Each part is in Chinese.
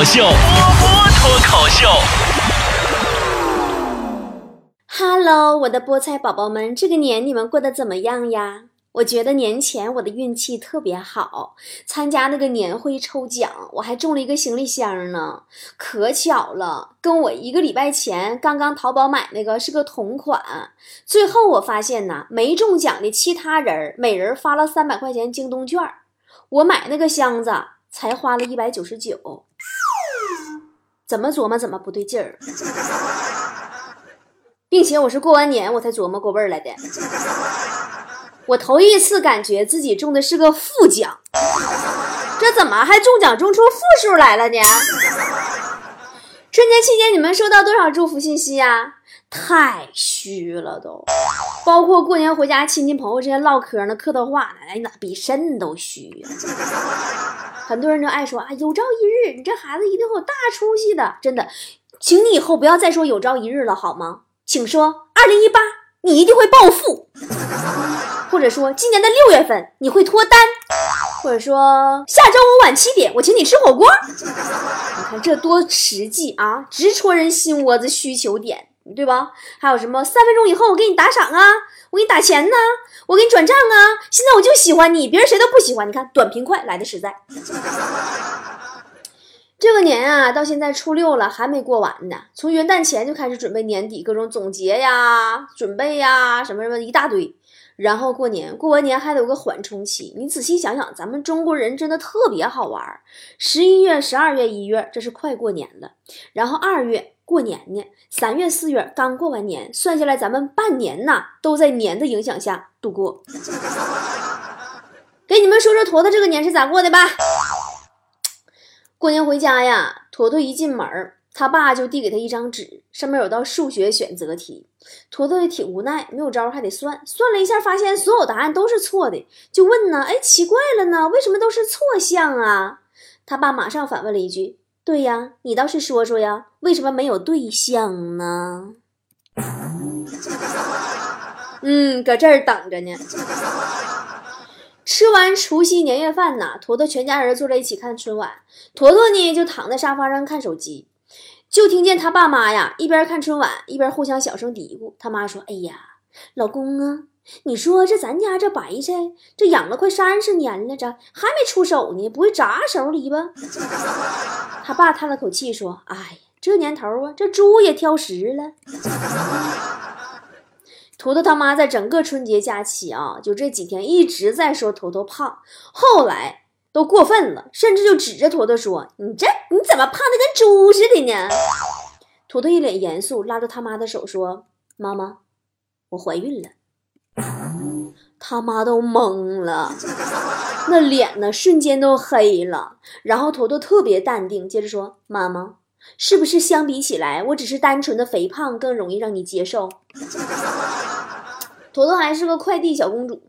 口秀，波波脱口秀。 Hello， 我的菠菜宝宝们，这个年你们过得怎么样呀？我觉得年前我的运气特别好，参加那个年会抽奖，我还中了一个行李箱呢，可巧了，跟我1个礼拜前刚刚淘宝买那个是个同款。最后我发现呢，没中奖的其他人每人发了300块钱京东券，我买那个箱子才花了199，怎么琢磨怎么不对劲儿。并且我是过完年我才琢磨过味儿来的，我头一次感觉自己中的是个负奖，这怎么还中奖中出负数来了呢？春节期间你们收到多少祝福信息啊？太虚了都，包括过年回家亲戚朋友之间唠嗑呢，客套话呢，哎，那比肾都虚呀。很多人就爱说啊，有朝一日你这孩子一定会有大出息的，真的，请你以后不要再说有朝一日了好吗？请说2018你一定会暴富，或者说今年的6月份你会脱单，或者说下周五晚7点我请你吃火锅。你看这多实际啊，直戳人心窝子需求点，对吧？还有什么3分钟以后我给你打赏啊，我给你打钱呢，我给你转账啊，现在我就喜欢你，别人谁都不喜欢。你看短平快来的实在。这个年啊，到现在初6了还没过完呢，从元旦前就开始准备年底各种总结呀、准备呀，什么什么一大堆。然后过年，过完年还得有个缓冲期。你仔细想想，咱们中国人真的特别好玩。11月、12月、1月，这是快过年了。然后2月过年呢，3月、4月刚过完年，算下来咱们半年呐都在年的影响下度过。给你们说说坨坨这个年是咋过的吧。过年回家呀，坨坨一进门，他爸就递给他一张纸，上面有道数学选择题。坨坨也挺无奈，没有招还得算了一下，发现所有答案都是错的，就问呢，哎，奇怪了呢，为什么都是错项啊？他爸马上反问了一句，对呀，你倒是说说呀，为什么没有对象呢？搁这儿等着呢。吃完除夕年夜饭呐，坨坨全家人坐在一起看春晚，坨坨呢就躺在沙发上看手机，就听见他爸妈呀一边看春晚一边互相小声嘀咕。他妈说，哎呀，老公啊，你说这咱家这白菜这养了快30年了，这还没出手呢，不会炸手里吧？他爸叹了口气说，哎呀，这年头啊，这猪也挑食了。坨坨他妈在整个春节假期啊，就这几天一直在说坨坨胖，后来都过分了，甚至就指着坨坨说，你怎么胖得跟猪似的呢？坨坨一脸严肃，拉着他妈的手说，妈妈，我怀孕了。他妈都懵了，那脸呢瞬间都黑了。然后坨坨特别淡定，接着说，妈妈，是不是相比起来我只是单纯的肥胖更容易让你接受？坨坨还是个快递小公主，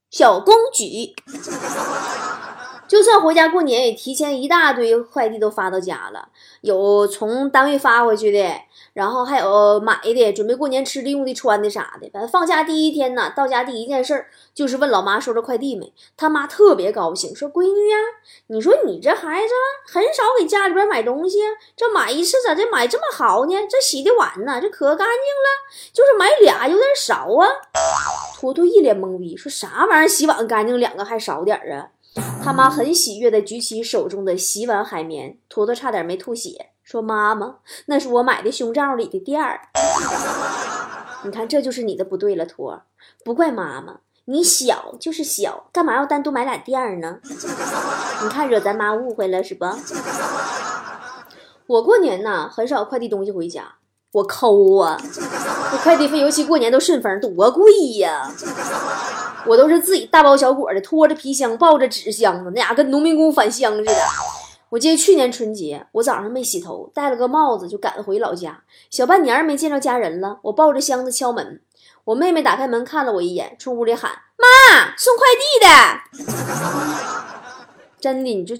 就算回家过年也提前一大堆快递都发到家了，有从单位发回去的，然后还有买的，准备过年吃的用的穿的啥的。反正放假第1天呢，到家第一件事就是问老妈收着快递没。他妈特别高兴，说，闺女呀，你说你这孩子很少给家里边买东西，这买一次咋这买这么好呢？这洗的碗呢这可干净了，就是买俩有点少啊。坨坨一脸懵逼，说啥玩意儿洗碗干净2个还少点啊？他妈很喜悦地举起手中的洗碗海绵，坨坨差点没吐血，说，妈妈，那是我买的胸罩里的垫儿。你看这就是你的不对了，坨，不怪妈妈，你小就是小，干嘛要单独买俩垫儿呢？你看惹咱妈误会了是吧？我过年呢很少快递东西回家，我抠啊，这快递费尤其过年都顺丰多贵呀。我都是自己大包小裹的，拖着皮箱抱着纸箱子，那俩跟农民工返乡似的。我记得去年春节我早上没洗头，戴了个帽子就赶回老家，小半年没见着家人了，我抱着箱子敲门，我妹妹打开门看了我一眼，冲屋里喊，妈，送快递的。真的，你就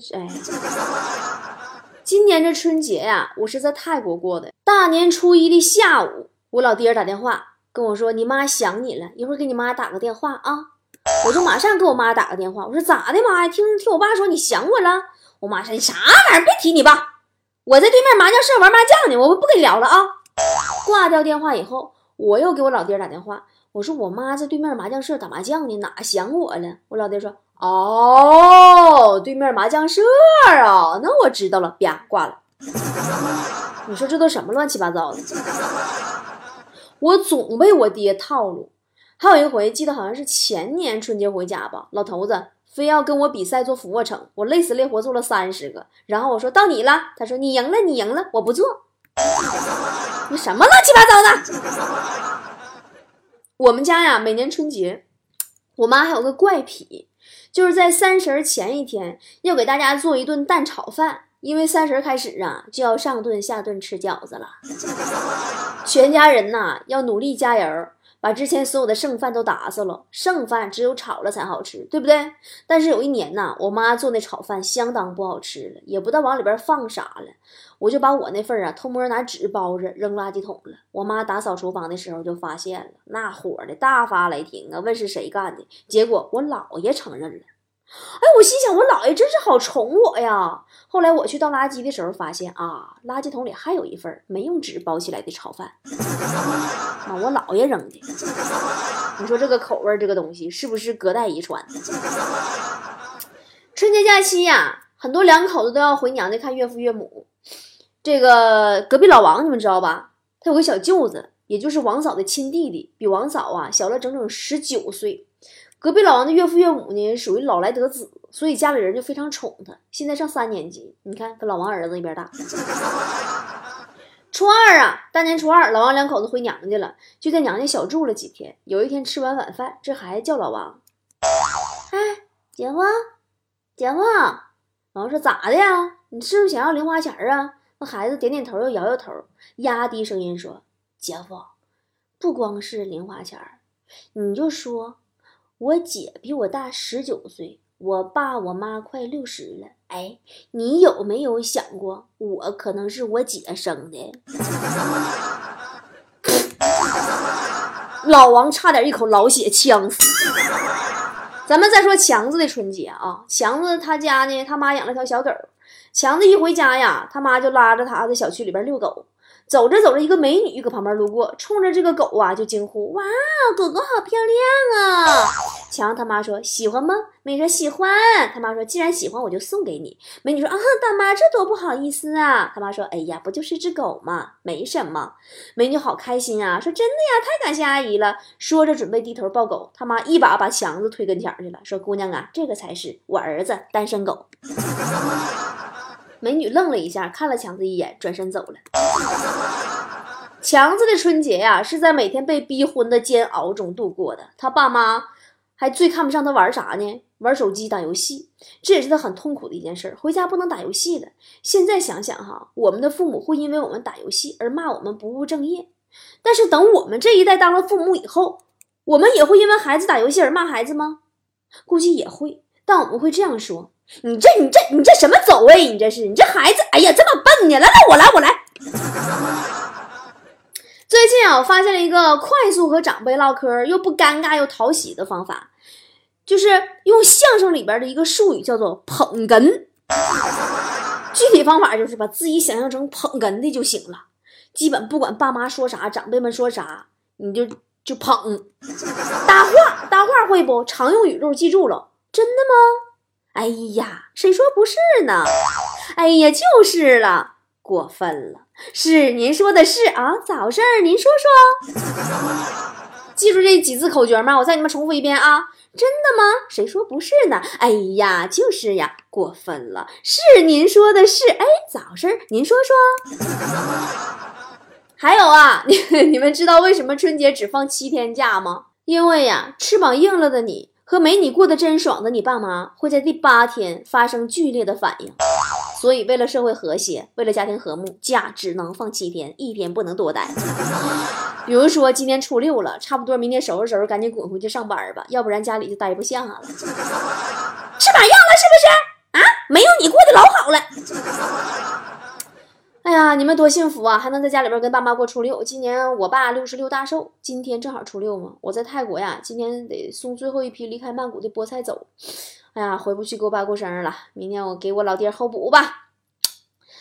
今年这春节呀，我是在泰国过的。大年初1的下午，我老爹打电话跟我说，你妈想你了，一会儿给你妈打个电话啊。我就马上给我妈打个电话，我说咋的妈呀？听我爸说你想我了。我妈说你啥玩意儿，别提你爸。 我在对面麻将社玩麻将呢，我不跟你聊了啊。挂掉电话以后，我又给我老爹打电话，我说我妈在对面麻将社打麻将呢，哪想我了？我老爹说哦，对面麻将社啊，那我知道了，啪挂了。你说这都什么乱七八糟的？我总被我爹套路。还有一回记得好像是前年春节回家吧，老头子非要跟我比赛做俯卧撑，我累死累活做了30个，然后我说到你了，他说你赢了你赢了，我不做。你什么乱七八糟的？我们家呀，每年春节我妈还有个怪癖，就是在30前一天要给大家做一顿蛋炒饭，因为30开始啊就要上顿下顿吃饺子了。全家人呐要努力加油，把之前所有的剩饭都打死了，剩饭只有炒了才好吃，对不对？但是有一年呐，我妈做那炒饭相当不好吃了，也不知道往里边放啥了，我就把我那份啊偷摸拿纸包着扔垃圾桶了。我妈打扫厨房的时候就发现了，那火的大发雷霆啊，问是谁干的，结果我姥爷承认了。哎，我心想我姥爷真是好宠我呀。后来我去倒垃圾的时候发现啊，垃圾桶里还有一份没用纸包起来的炒饭，我姥爷扔的。你说这个口味这个东西是不是隔代遗传？春节假期呀，很多两口子都要回娘家看岳父岳母。这个隔壁老王你们知道吧？他有个小舅子，也就是王嫂的亲弟弟，比王嫂啊小了整整19岁。隔壁老王的岳父岳母呢，属于老来得子，所以家里人就非常宠他。现在上3年级，你看跟老王儿子一边大。初二啊，大年初二，老王两口子回娘家了，就在娘家小住了几天。有一天吃完晚饭，这孩子叫老王：“哎，姐夫，姐夫。”老王说：“咋的呀？你是不是想要零花钱啊？”那孩子点点头又摇摇头，压低声音说：“姐夫，不光是零花钱，你就说。我姐比我大19岁，我爸我妈快60了。哎，你有没有想过，我可能是我姐生的？”老王差点一口老血呛死。咱们再说强子的春节啊，强子他家呢，他妈养了条小狗。强子一回家呀，他妈就拉着他在小区里边遛狗。走着走着，一个美女搁旁边路过，冲着这个狗啊就惊呼：“哇，狗狗好漂亮啊！”强他妈说：“喜欢吗？”美女说：“喜欢。”他妈说：“既然喜欢，我就送给你。”美女说：“啊，大妈，这多不好意思啊！”他妈说：“哎呀，不就是只狗吗？没什么。”美女好开心啊，说：“真的呀，太感谢阿姨了。”说着准备低头抱狗，他妈一把强子推跟前去了，说：“姑娘啊，这个才是我儿子单身狗。”美女愣了一下，看了强子一眼，转身走了。强子的春节呀，是在每天被逼婚的煎熬中度过的。他爸妈还最看不上他玩啥呢？玩手机打游戏，这也是他很痛苦的一件事。回家不能打游戏了。现在想想哈，我们的父母会因为我们打游戏而骂我们不务正业，但是等我们这一代当了父母以后，我们也会因为孩子打游戏而骂孩子吗？估计也会，但我们会这样说：你这什么走位？你这孩子，哎呀，这么笨呢！来，我来。最近啊，我发现了一个快速和长辈唠嗑又不尴尬又讨喜的方法，就是用相声里边的一个术语叫做捧哏。具体方法就是把自己想象成捧哏的就行了，基本不管爸妈说啥，长辈们说啥，你就捧。搭话会不？常用语录记住了。真的吗？哎呀，谁说不是呢？哎呀，就是了。过分了，是您说的是啊，咋回事？您说说。记住这几字口诀吗？我再你们重复一遍啊。真的吗？谁说不是呢？哎呀，就是呀。过分了，是您说的是。哎，咋回事？您说说。还有啊，你们知道为什么春节只放7天假吗？因为呀，翅膀硬了的你和没你过得真爽的你爸妈会在第8天发生剧烈的反应。所以为了社会和谐，为了家庭和睦，假只能放7天，1天不能多待。比如说今天初6了，差不多明天收拾赶紧滚回去上班吧，要不然家里就待不下了。翅膀硬了是不是啊？没有你过得老好了。哎呀，你们多幸福啊，还能在家里边跟爸妈过初6。今年我爸66大寿，今天正好初6嘛。我在泰国呀，今天得送最后一批离开曼谷的菠菜走。哎呀，回不去给我爸过生日了，明天我给我老爹候补吧。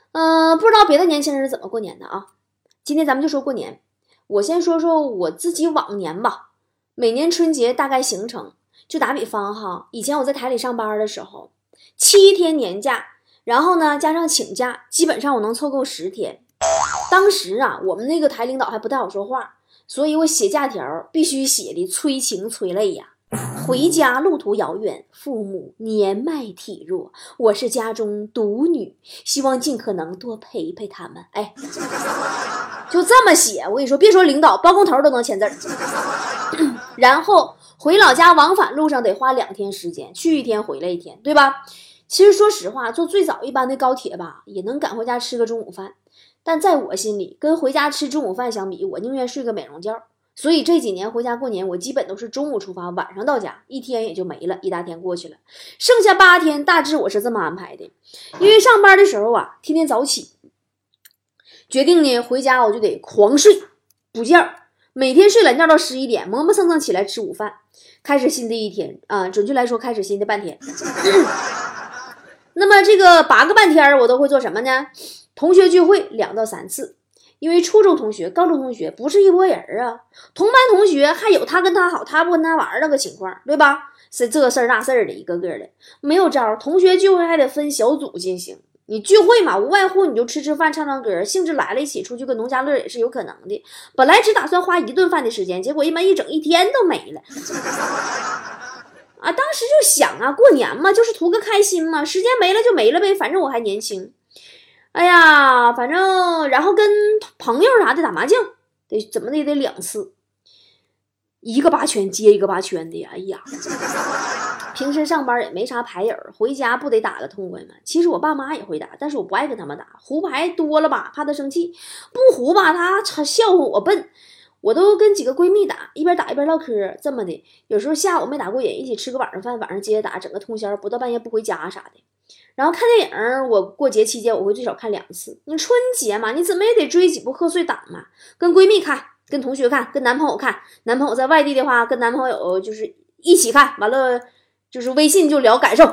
不知道别的年轻人是怎么过年的啊？今天咱们就说过年，我先说说我自己往年吧。每年春节大概行程，就打比方哈，以前我在台里上班的时候，7天年假，然后呢加上请假，基本上我能凑够10天。当时啊，我们那个台领导还不带我说话，所以我写假条必须写的催情催泪呀。回家路途遥远，父母年迈体弱，我是家中独女，希望尽可能多陪陪他们。哎，就这么写，我跟你说，别说领导，包工头都能签字然后回老家往返路上得花2天时间，去1天回来1天，对吧？其实说实话，坐最早一班的高铁吧，也能赶回家吃个中午饭，但在我心里，跟回家吃中午饭相比，我宁愿睡个美容觉。所以这几年回家过年，我基本都是中午出发，晚上到家，1天也就没了，一大天过去了，剩下8天大致我是这么安排的。因为上班的时候啊，天天早起，决定呢回家我就得狂睡补觉，每天睡懒觉到11点，磨磨蹭蹭起来吃午饭，开始新的一天啊，准确来说开始新的半天。那么这个8个半天我都会做什么呢？同学聚会2到3次。因为初中同学、高中同学不是一拨人啊，同班同学还有他跟他好，他不跟他玩那个情况，对吧？是这事儿那事儿的，一个个的，没有招。同学聚会还得分小组进行，你聚会嘛，无外乎你就吃吃饭、唱唱歌，兴致来了一起出去个农家乐也是有可能的。本来只打算花1顿饭的时间，结果一般一整1天都没了。啊，当时就想啊，过年嘛，就是图个开心嘛，时间没了就没了呗，反正我还年轻。哎呀，反正然后跟朋友啥的打麻将，得怎么的也得2次，一个8圈接一个8圈的。哎呀，平时上班也没啥牌友，回家不得打个痛快吗？其实我爸妈也会打，但是我不爱跟他们打，胡牌多了吧，怕他生气；不胡吧，他笑话我笨。我都跟几个闺蜜打，一边打一边唠嗑，这么的。有时候下午没打过瘾，一起吃个晚上饭，晚上接着打，整个通宵，不到半夜不回家啥的。然后看电影，我过节期间我会最少看2次。你春节嘛，你怎么也得追几部贺岁档嘛。跟闺蜜看，跟同学看，跟男朋友看。男朋友在外地的话，跟男朋友就是一起看，完了就是微信就聊感受。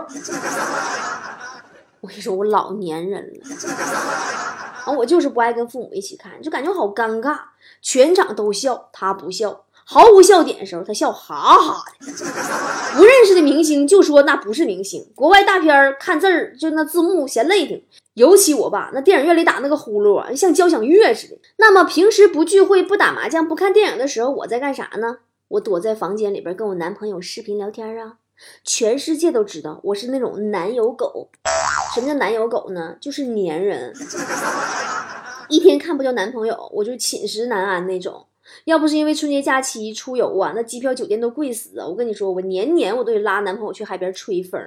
我跟你说，我老粘人了。我就是不爱跟父母一起看，就感觉好尴尬，全场都笑，他不笑，毫无笑点的时候他笑哈哈的。不认识的明星就说那不是明星，国外大片看字儿就那字幕嫌累挺，尤其我爸那电影院里打那个呼噜啊，像交响乐似的。那么平时不聚会、不打麻将、不看电影的时候，我在干啥呢？我躲在房间里边跟我男朋友视频聊天啊。全世界都知道我是那种男友狗。什么叫男友狗呢？就是粘人，一天看不着男朋友我就寝食难安那种。要不是因为春节假期出游啊，那机票酒店都贵死啊！我跟你说，我年年我都得拉男朋友去海边吹风。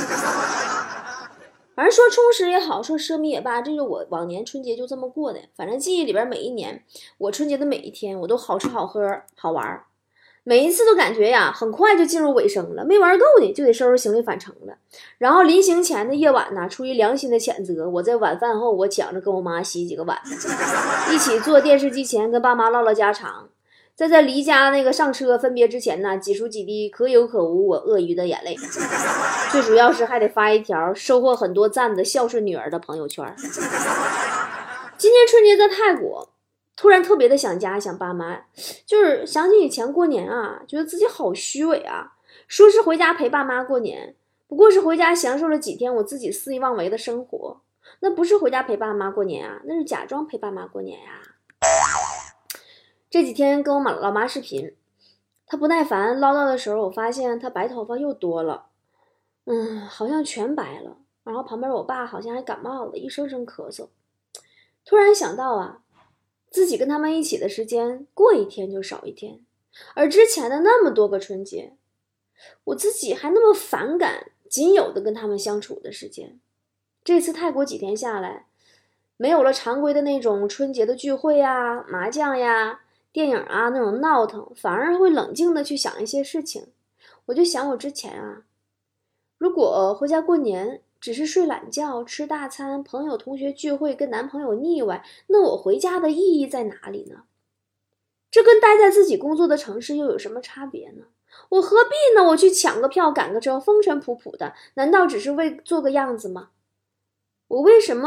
反正说充实也好，说奢靡也罢，这个我往年春节就这么过的。反正记忆里边每一年，我春节的每一天，我都好吃好喝好玩，每一次都感觉呀，很快就进入尾声了，没玩够呢，就得收拾行李返程了。然后临行前的夜晚呢，出于良心的谴责，我在晚饭后，我抢着跟我妈洗几个碗，一起坐电视机前跟爸妈唠唠家常。在离家那个上车分别之前呢，挤出几滴可有可无我鳄鱼的眼泪。最主要是还得发一条收获很多赞的孝顺女儿的朋友圈。今年春节在泰国，突然特别的想家想爸妈，就是想起以前过年啊，觉得自己好虚伪啊。说是回家陪爸妈过年，不过是回家享受了几天我自己肆意妄为的生活，那不是回家陪爸妈过年啊，那是假装陪爸妈过年呀。这几天跟我老妈视频，她不耐烦唠叨的时候，我发现她白头发又多了，好像全白了。然后旁边我爸好像还感冒了，一声声咳嗽。突然想到啊，自己跟他们一起的时间过一天就少一天，而之前的那么多个春节，我自己还那么反感仅有的跟他们相处的时间。这次泰国几天下来，没有了常规的那种春节的聚会呀、麻将呀、电影啊那种闹腾，反而会冷静的去想一些事情。我就想我之前啊，如果回家过年只是睡懒觉、吃大餐、朋友同学聚会、跟男朋友腻歪，那我回家的意义在哪里呢？这跟待在自己工作的城市又有什么差别呢？我何必呢？我去抢个票赶个车，风尘仆仆的，难道只是为做个样子吗？我为什么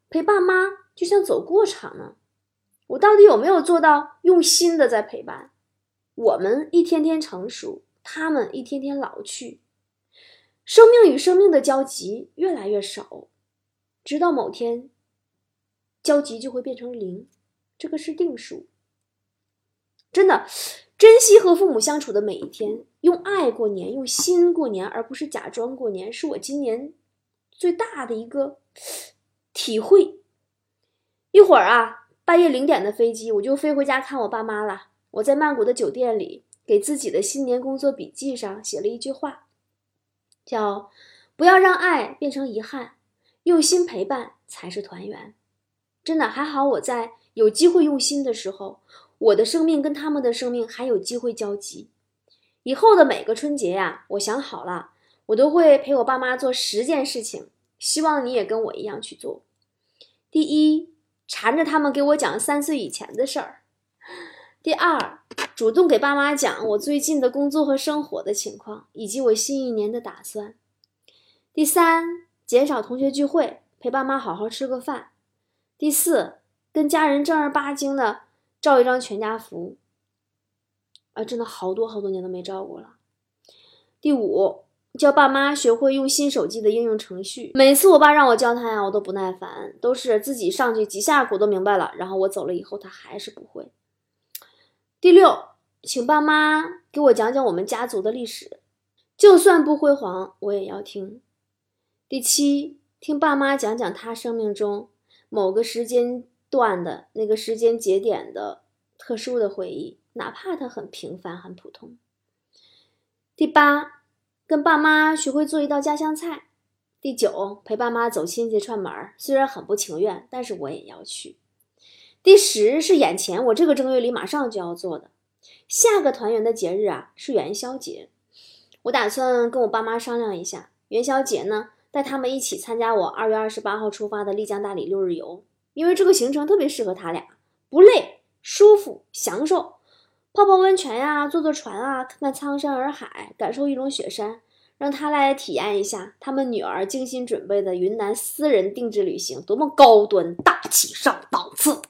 陪爸妈就像走过场呢，我到底有没有做到用心的在陪伴？我们一天天成熟，他们一天天老去，生命与生命的交集越来越少，直到某天交集就会变成0，这个是定数。真的，珍惜和父母相处的每一天，用爱过年，用心过年，而不是假装过年，是我今年最大的一个体会。一会儿啊，半夜0点的飞机，我就飞回家看我爸妈了。我在曼谷的酒店里，给自己的新年工作笔记上写了一句话，叫不要让爱变成遗憾，用心陪伴才是团圆。真的，还好我在有机会用心的时候，我的生命跟他们的生命还有机会交集。以后的每个春节呀，我想好了，我都会陪我爸妈做10件事情，希望你也跟我一样去做。第一，缠着他们给我讲3岁以前的事儿。第二，主动给爸妈讲我最近的工作和生活的情况，以及我新一年的打算。第三，减少同学聚会，陪爸妈好好吃个饭。第四，跟家人正儿八经的照一张全家福。真的好多年都没照过了。第五，教爸妈学会用新手机的应用程序。每次我爸让我教他呀，我都不耐烦，都是自己上去几下鼓都明白了，然后我走了以后他还是不会。第六，请爸妈给我讲讲我们家族的历史，就算不辉煌我也要听。第七，听爸妈讲讲他生命中某个时间段的那个时间节点的特殊的回忆，哪怕它很平凡很普通。第八，跟爸妈学会做一道家乡菜。第九，陪爸妈走亲戚串门，虽然很不情愿，但是我也要去。第10是眼前我这个正月里马上就要做的。下个团圆的节日啊，是元宵节。我打算跟我爸妈商量一下，元宵节呢，带他们一起参加我2月28号出发的丽江大理6日游，因为这个行程特别适合他俩，不累，舒服，享受，泡泡温泉呀，坐坐船啊，看看苍山洱海，感受一种雪山，让他来体验一下他们女儿精心准备的云南私人定制旅行多么高端大气上档次。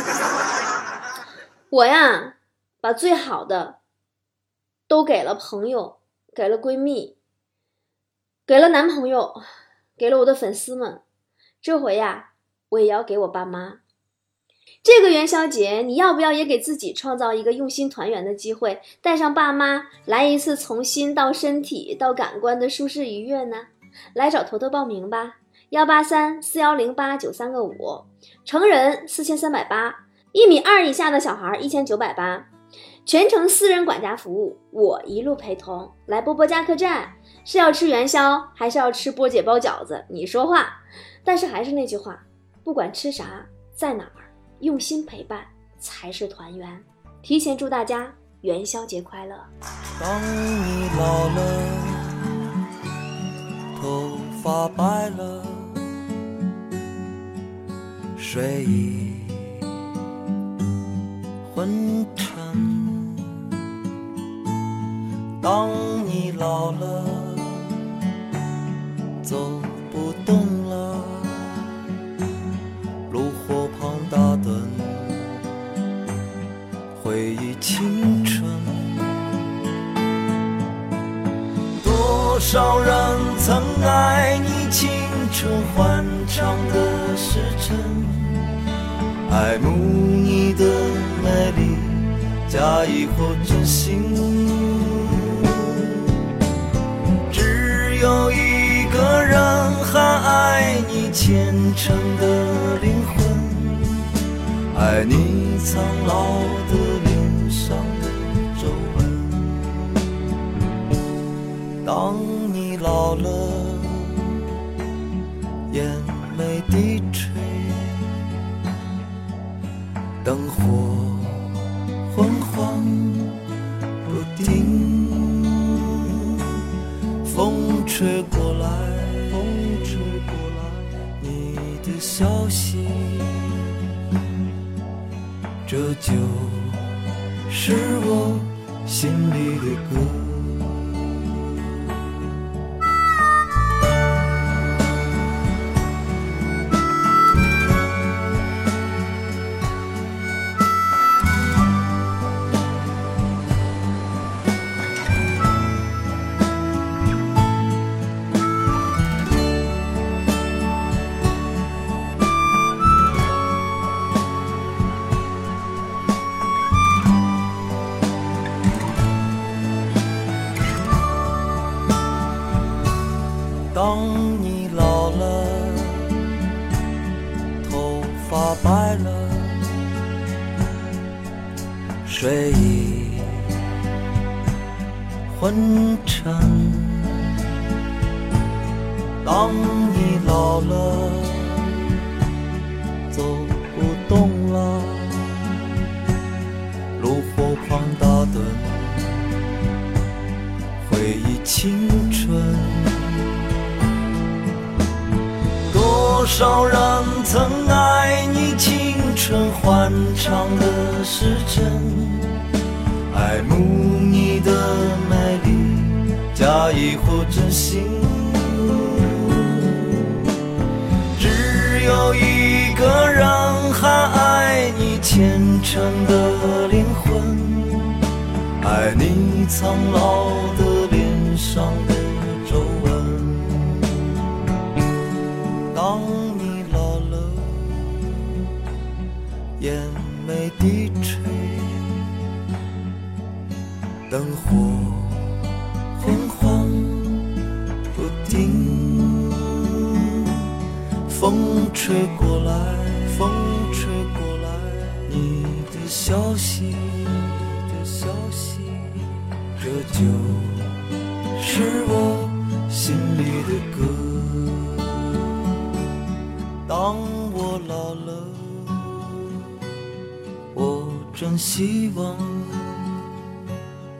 我呀，把最好的都给了朋友，给了闺蜜，给了男朋友，给了我的粉丝们，这回呀，我也要给我爸妈。这个元宵节，你要不要也给自己创造一个用心团圆的机会，带上爸妈来一次从心到身体到感官的舒适愉悦呢？来找头头报名吧，183410893个5，成人4380，1.2米以下的小孩1980，全程私人管家服务，我一路陪同。来波波家客站，是要吃元宵还是要吃波姐包饺子？你说话。但是还是那句话，不管吃啥，在哪儿，用心陪伴才是团圆。提前祝大家元宵节快乐。 当你老了，头发白了，睡意昏沉。当你老了，走不动了，炉火旁打盹，回忆青春。多少人曾爱你青春欢畅的时辰，爱慕你的美丽，假意或真心。只有一个人还爱你虔诚的灵魂，爱你苍老的脸上的皱纹。当你老了，眼眉低垂，灯火昏黄不定，风吹过来，你的消息，这就是我心里的歌。 发白了，睡意昏沉。当你老了，走不动了，炉火旁打盹，回忆青春。多少人曾爱你青春欢畅的时辰，爱慕你的美丽，假意或真心。只有一个人还爱你虔诚的灵魂，爱你苍老的脸上的皱纹。当你老了，眼眉低垂，灯火昏黄不定，风吹过来，风吹过来，你的消息，你的消息，这就是我心里的歌。当我老了，我真希望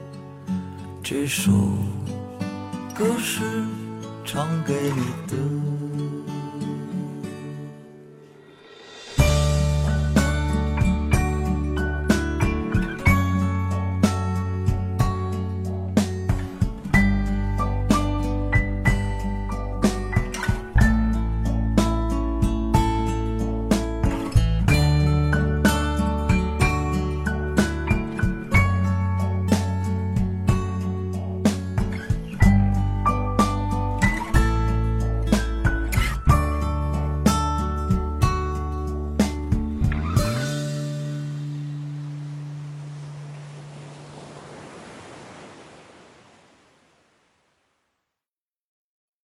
这首歌是唱给你的。